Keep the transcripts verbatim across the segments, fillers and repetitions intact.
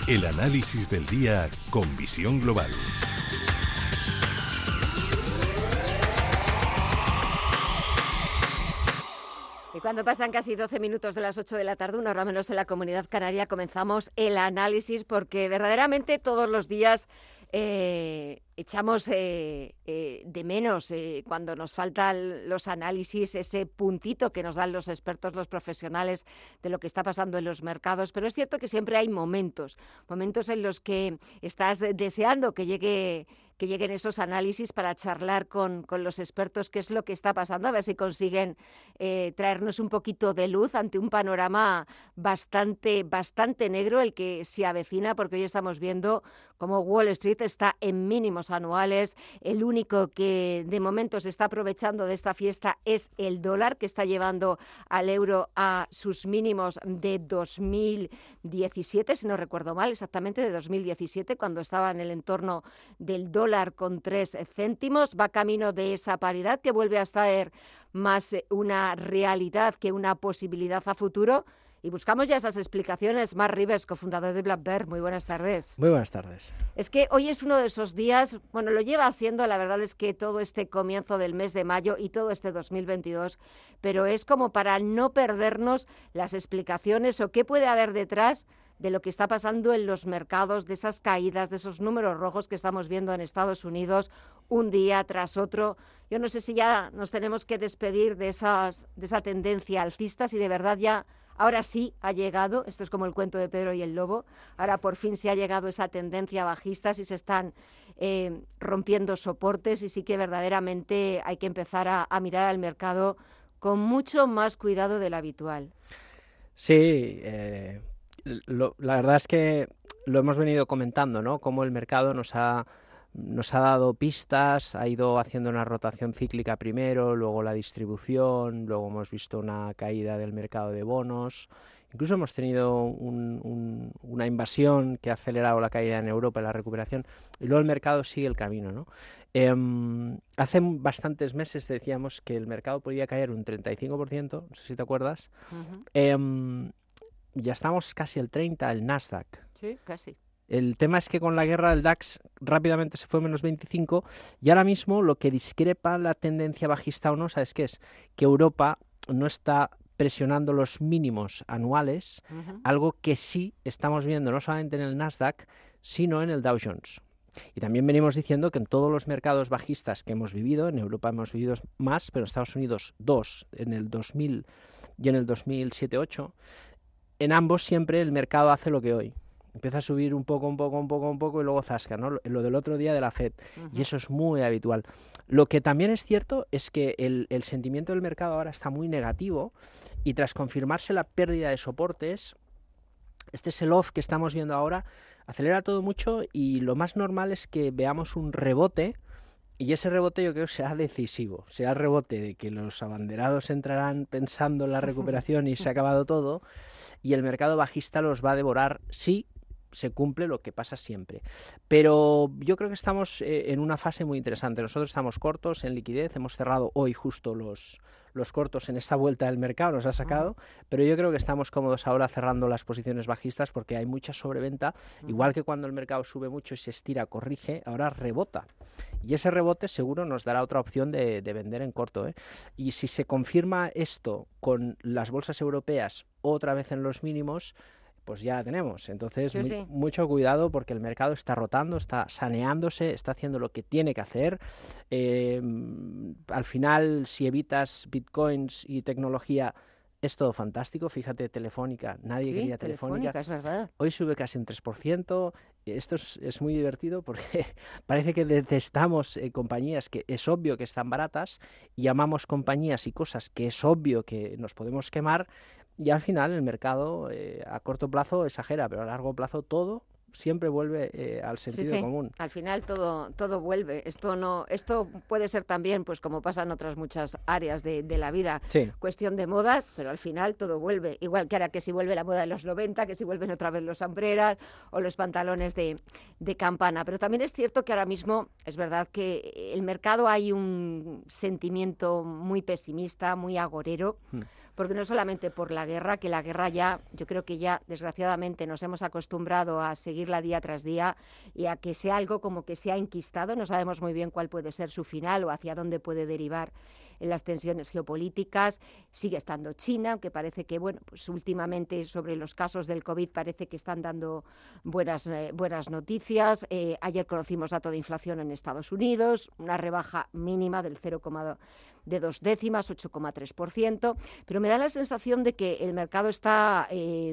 El análisis del día con visión global. Y cuando pasan casi doce minutos de las ocho de la tarde, una hora menos en la Comunidad Canaria, comenzamos el análisis porque verdaderamente todos los días eh, echamos eh, eh, de menos eh, cuando nos faltan los análisis, ese puntito que nos dan los expertos, los profesionales de lo que está pasando en los mercados. Pero es cierto que siempre hay momentos, momentos en los que estás deseando que llegue... que lleguen esos análisis para charlar con, con los expertos qué es lo que está pasando, a ver si consiguen eh, traernos un poquito de luz ante un panorama bastante, bastante negro el que se avecina, porque hoy estamos viendo cómo Wall Street está en mínimos anuales. El único que de momento se está aprovechando de esta fiesta es el dólar, que está llevando al euro a sus mínimos de dos mil diecisiete, si no recuerdo mal, exactamente de dos mil diecisiete, cuando estaba en el entorno del dólar con tres céntimos, va camino de esa paridad que vuelve a estar más una realidad que una posibilidad a futuro. Y buscamos ya esas explicaciones. Mark Rivers, cofundador de Black Bear, muy buenas tardes. Muy buenas tardes. Es que hoy es uno de esos días, bueno, lo lleva siendo, la verdad es que todo este comienzo del mes de mayo y todo este dos mil veintidós, pero es como para no perdernos las explicaciones o qué puede haber detrás de lo que está pasando en los mercados, de esas caídas, de esos números rojos que estamos viendo en Estados Unidos un día tras otro. Yo no sé si ya nos tenemos que despedir de, esas, de esa tendencia alcista, si de verdad ya ahora sí ha llegado, esto es como el cuento de Pedro y el Lobo, ahora por fin sí ha llegado esa tendencia bajista, si se están eh, rompiendo soportes y sí que verdaderamente hay que empezar a, a mirar al mercado con mucho más cuidado del habitual. Sí, eh... Lo, la verdad es que lo hemos venido comentando, ¿no? Cómo el mercado nos ha, nos ha dado pistas, ha ido haciendo una rotación cíclica primero, luego la distribución, luego hemos visto una caída del mercado de bonos, incluso hemos tenido un, un, una invasión que ha acelerado la caída en Europa y la recuperación, y luego el mercado sigue el camino, ¿no? Eh, hace bastantes meses decíamos que el mercado podía caer un treinta y cinco por ciento, no sé si te acuerdas. Uh-huh. eh, Ya estamos casi el treinta, el Nasdaq. Sí, casi. El tema es que con la guerra el DAX rápidamente se fue menos veinticinco y ahora mismo lo que discrepa la tendencia bajista o no, ¿sabes qué es? Que Europa no está presionando los mínimos anuales, uh-huh. Algo que sí estamos viendo no solamente en el Nasdaq, sino en el Dow Jones. Y también venimos diciendo que en todos los mercados bajistas que hemos vivido, en Europa hemos vivido más, pero en Estados Unidos dos, en el dos mil y en el dos mil siete ocho, en ambos siempre el mercado hace lo que hoy. Empieza a subir un poco, un poco, un poco, un poco y luego zasca, ¿no? Lo del otro día de la Fed. Uh-huh. Y eso es muy habitual. Lo que también es cierto es que el, el sentimiento del mercado ahora está muy negativo y tras confirmarse la pérdida de soportes, este sell-off que estamos viendo ahora acelera todo mucho y lo más normal es que veamos un rebote. Y ese rebote yo creo que será decisivo, será el rebote de que los abanderados entrarán pensando en la recuperación y se ha acabado todo, y el mercado bajista los va a devorar si se cumple lo que pasa siempre. Pero yo creo que estamos eh, en una fase muy interesante. Nosotros estamos cortos en liquidez, hemos cerrado hoy justo los, los cortos en esta vuelta del mercado, nos ha sacado, uh-huh. Pero yo creo que estamos cómodos ahora cerrando las posiciones bajistas porque hay mucha sobreventa, uh-huh. Igual que cuando el mercado sube mucho y se estira, corrige, ahora rebota. Y ese rebote seguro nos dará otra opción de, de vender en corto, ¿eh? Y si se confirma esto con las bolsas europeas otra vez en los mínimos, pues ya la tenemos. Entonces, sí, muy, sí. mucho cuidado porque el mercado está rotando, está saneándose, está haciendo lo que tiene que hacer. Eh, al final, si evitas bitcoins y tecnología, es todo fantástico. Fíjate, Telefónica, nadie sí, quería Telefónica. Telefónica, es verdad. Hoy sube casi un tres por ciento. Esto es, es muy divertido porque parece que detestamos eh, compañías que es obvio que están baratas y amamos compañías y cosas que es obvio que nos podemos quemar. Y al final el mercado eh, a corto plazo exagera, pero a largo plazo todo siempre vuelve eh, al sentido sí, sí. común. Al final todo todo vuelve. Esto no, esto puede ser también, pues como pasa en otras muchas áreas de, de la vida, sí. Cuestión de modas, pero al final todo vuelve. Igual que ahora que si vuelve la moda de los noventa, que si vuelven otra vez los sombreras o los pantalones de, de campana. Pero también es cierto que ahora mismo es verdad que el mercado hay un sentimiento muy pesimista, muy agorero, hmm. porque no solamente por la guerra, que la guerra ya, yo creo que ya desgraciadamente nos hemos acostumbrado a seguirla día tras día y a que sea algo como que se ha enquistado, no sabemos muy bien cuál puede ser su final o hacia dónde puede derivar en las tensiones geopolíticas. Sigue estando China, aunque parece que, bueno, pues últimamente sobre los casos del COVID parece que están dando buenas, eh, buenas noticias. Eh, ayer conocimos dato de inflación en Estados Unidos, una rebaja mínima del cero coma dos de dos décimas, ocho coma tres por ciento, pero me da la sensación de que el mercado está eh,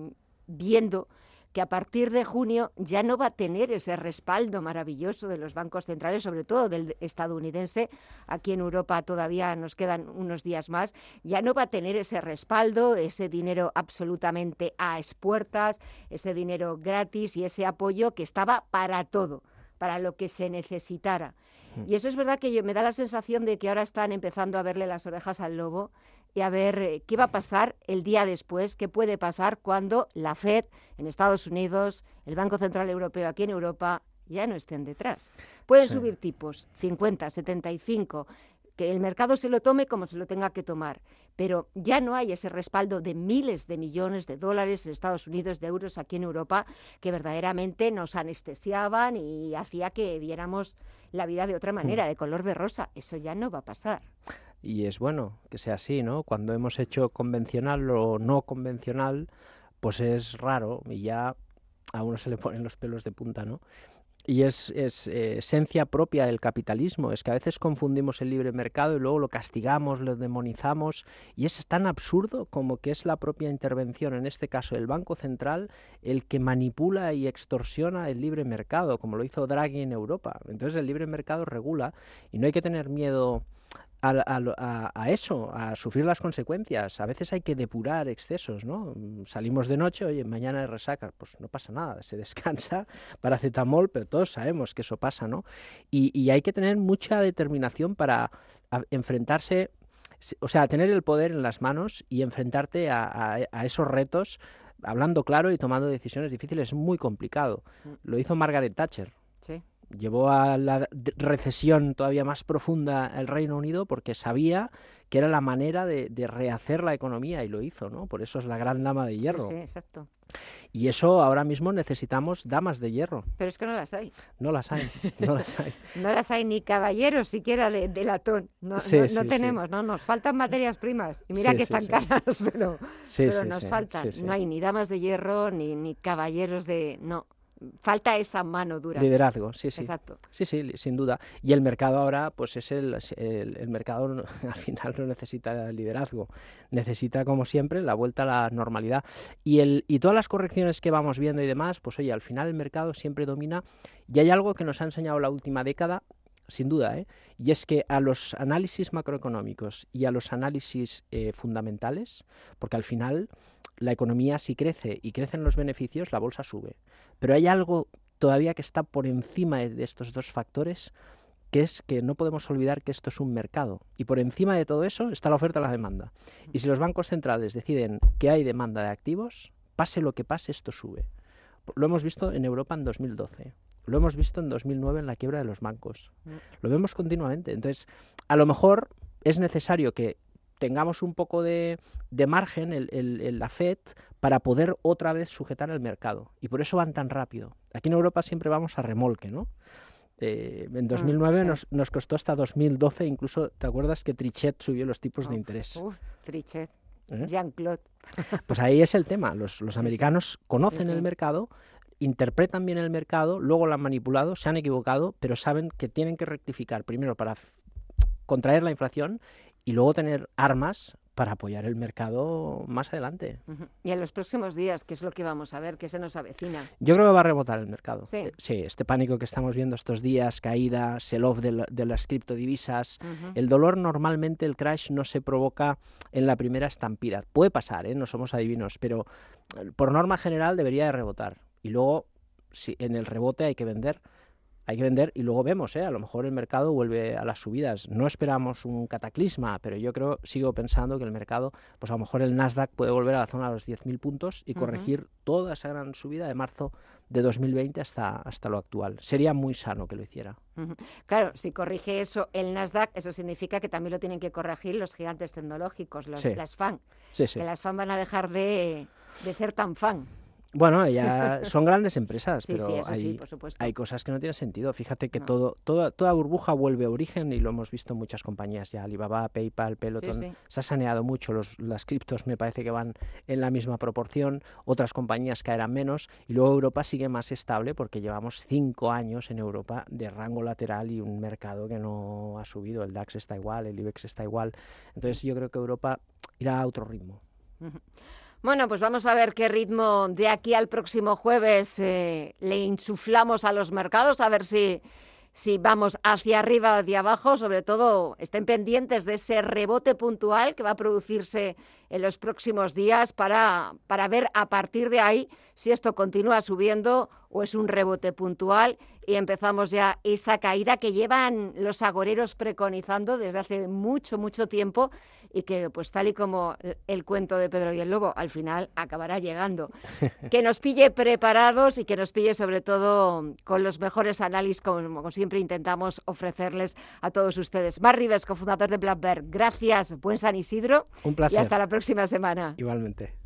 viendo que a partir de junio ya no va a tener ese respaldo maravilloso de los bancos centrales, sobre todo del estadounidense. Aquí en Europa todavía nos quedan unos días más. Ya no va a tener ese respaldo, ese dinero absolutamente a expuertas, ese dinero gratis y ese apoyo que estaba para todo, para lo que se necesitara. Y eso es verdad que yo, me da la sensación de que ahora están empezando a verle las orejas al lobo y a ver eh, qué va a pasar el día después, qué puede pasar cuando la Fed en Estados Unidos, el Banco Central Europeo aquí en Europa, ya no estén detrás. Pueden sí. subir tipos, cincuenta, setenta y cinco, que el mercado se lo tome como se lo tenga que tomar, pero ya no hay ese respaldo de miles de millones de dólares en Estados Unidos, de euros aquí en Europa, que verdaderamente nos anestesiaban y hacía que viéramos la vida de otra manera, de color de rosa. Eso ya no va a pasar. Y es bueno que sea así, ¿no? Cuando hemos hecho convencional o no convencional, pues es raro y ya a uno se le ponen los pelos de punta, ¿no? Y es, es eh, esencia propia del capitalismo, es que a veces confundimos el libre mercado y luego lo castigamos, lo demonizamos, y es tan absurdo como que es la propia intervención, en este caso del Banco Central, el que manipula y extorsiona el libre mercado, como lo hizo Draghi en Europa. Entonces el libre mercado regula y no hay que tener miedo A, a, a eso, a sufrir las consecuencias. A veces hay que depurar excesos, ¿no? Salimos de noche, oye, mañana hay resaca, pues no pasa nada, se descansa, paracetamol, pero todos sabemos que eso pasa, ¿no? Y, y hay que tener mucha determinación para a, enfrentarse, o sea, tener el poder en las manos y enfrentarte a, a, a esos retos, hablando claro y tomando decisiones difíciles. Es muy complicado. Lo hizo Margaret Thatcher. Sí. Llevó a la recesión todavía más profunda el Reino Unido porque sabía que era la manera de, de rehacer la economía y lo hizo, ¿no? Por eso es la gran dama de hierro. Sí, sí, exacto. Y eso ahora mismo necesitamos damas de hierro. Pero es que no las hay. No las hay, no las hay. No las hay ni caballeros siquiera de, de latón. No, sí, no, sí, no tenemos, sí. ¿no? Nos faltan materias primas. Y mira sí, que sí, están sí. caras, pero, sí, pero sí, nos sí, faltan. sí, sí. No hay ni damas de hierro ni, ni caballeros de... No. Falta esa mano dura. Liderazgo, sí, sí. Exacto. Sí, sí, sin duda. Y el mercado ahora, pues es el, el, el mercado no, al final no necesita liderazgo, necesita como siempre la vuelta a la normalidad. Y, el, y todas las correcciones que vamos viendo y demás, pues oye, al final el mercado siempre domina. Y hay algo que nos ha enseñado la última década, sin duda, ¿eh? Y es que a los análisis macroeconómicos y a los análisis eh, fundamentales, porque al final la economía si crece y crecen los beneficios, la bolsa sube. Pero hay algo todavía que está por encima de estos dos factores, que es que no podemos olvidar que esto es un mercado. Y por encima de todo eso está la oferta y la demanda. Y si los bancos centrales deciden que hay demanda de activos, pase lo que pase, esto sube. Lo hemos visto en Europa en dos mil doce. Lo hemos visto en dos mil nueve en la quiebra de los bancos. Lo vemos continuamente. Entonces, a lo mejor es necesario que tengamos un poco de, de margen en el, el, la Fed para poder otra vez sujetar el mercado. Y por eso van tan rápido. Aquí en Europa siempre vamos a remolque, ¿no? Eh, en dos mil nueve ah, sí. nos, nos costó hasta dos mil doce, incluso, ¿te acuerdas que Trichet subió los tipos uf, de interés? Uf, Trichet, ¿Eh? Jean-Claude. Pues ahí es el tema. Los, los sí, americanos sí. conocen sí, sí. el mercado, interpretan bien el mercado, luego lo han manipulado, se han equivocado, pero saben que tienen que rectificar primero para contraer la inflación y luego tener armas para apoyar el mercado más adelante. Uh-huh. Y en los próximos días, ¿qué es lo que vamos a ver? ¿Qué se nos avecina? Yo creo que va a rebotar el mercado. Sí, eh, sí este pánico que estamos viendo estos días, caída, sell-off de, la, de las criptodivisas. Uh-huh. El dolor normalmente, el crash, no se provoca en la primera estampida. Puede pasar, ¿eh? No somos adivinos, pero por norma general debería de rebotar. Y luego, si en el rebote hay que vender, hay que vender y luego vemos, ¿eh? A lo mejor el mercado vuelve a las subidas. No esperamos un cataclisma, pero yo creo, sigo pensando que el mercado, pues a lo mejor el Nasdaq puede volver a la zona de los diez mil puntos y corregir uh-huh. toda esa gran subida de marzo de dos mil veinte hasta, hasta lo actual. Sería muy sano que lo hiciera. Uh-huh. Claro, si corrige eso el Nasdaq, eso significa que también lo tienen que corregir los gigantes tecnológicos, los, sí. las FAN, sí, sí. que las FAN van a dejar de, de ser tan FAN. Bueno, ya son grandes empresas, sí, pero sí, eso hay, sí, por supuesto. hay cosas que no tienen sentido. Fíjate que no. todo, toda, toda burbuja vuelve a origen y lo hemos visto en muchas compañías ya. Alibaba, PayPal, Peloton, sí, sí. se ha saneado mucho. Los, las criptos me parece que van en la misma proporción. Otras compañías caerán menos y luego Europa sigue más estable porque llevamos cinco años en Europa de rango lateral y un mercado que no ha subido. El DAX está igual, el IBEX está igual. Entonces yo creo que Europa irá a otro ritmo. Uh-huh. Bueno, pues vamos a ver qué ritmo de aquí al próximo jueves eh, le insuflamos a los mercados, a ver si, si vamos hacia arriba o hacia abajo. Sobre todo, estén pendientes de ese rebote puntual que va a producirse en los próximos días para, para ver a partir de ahí si esto continúa subiendo o es un rebote puntual y empezamos ya esa caída que llevan los agoreros preconizando desde hace mucho, mucho tiempo y que, pues tal y como el cuento de Pedro y el Lobo, al final acabará llegando. Que nos pille preparados y que nos pille sobre todo con los mejores análisis, como siempre intentamos ofrecerles a todos ustedes. Marc Ribes, cofundador de Blackbird, gracias, buen San Isidro. Un placer. Y hasta la próxima semana. Igualmente.